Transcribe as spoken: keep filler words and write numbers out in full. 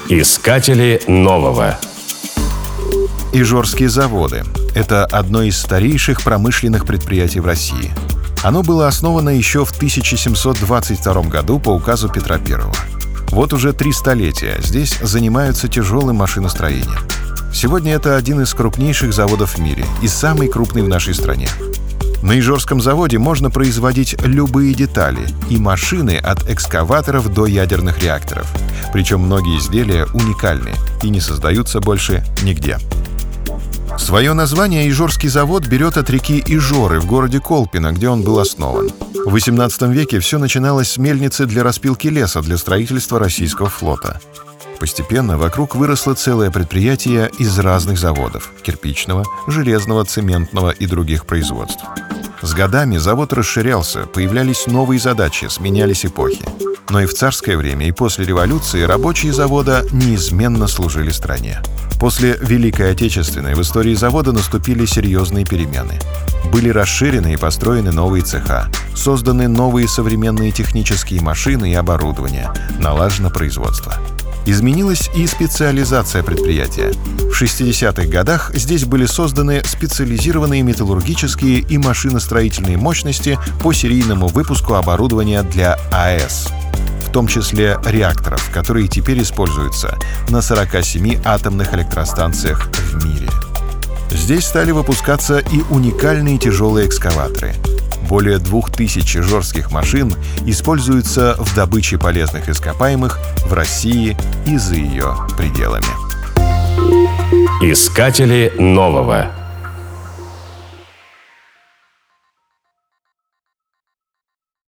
Искатели нового. Ижорские заводы — это одно из старейших промышленных предприятий в России. Оно было основано еще в тысяча семьсот двадцать втором году по указу Петра Первого. Вот уже три столетия здесь занимаются тяжелым машиностроением. Сегодня это один из крупнейших заводов в мире и самый крупный в нашей стране. На Ижорском заводе можно производить любые детали и машины от экскаваторов до ядерных реакторов. Причем многие изделия уникальны и не создаются больше нигде. Свое название Ижорский завод берет от реки Ижоры в городе Колпино, где он был основан. В восемнадцатом веке все начиналось с мельницы для распилки леса для строительства российского флота. Постепенно вокруг выросло целое предприятие из разных заводов – кирпичного, железного, цементного и других производств. С годами завод расширялся, появлялись новые задачи, сменялись эпохи. Но и в царское время, и после революции рабочие завода неизменно служили стране. После Великой Отечественной в истории завода наступили серьезные перемены. Были расширены и построены новые цеха, созданы новые современные технические машины и оборудование, налажено производство. Изменилась и специализация предприятия. В шестидесятых годах здесь были созданы специализированные металлургические и машиностроительные мощности по серийному выпуску оборудования для АЭС, в том числе реакторов, которые теперь используются на сорока семи атомных электростанциях в мире. Здесь стали выпускаться и уникальные тяжелые экскаваторы. Более двух тысяч ижорских машин используются в добыче полезных ископаемых в России и за ее пределами. Искатели нового.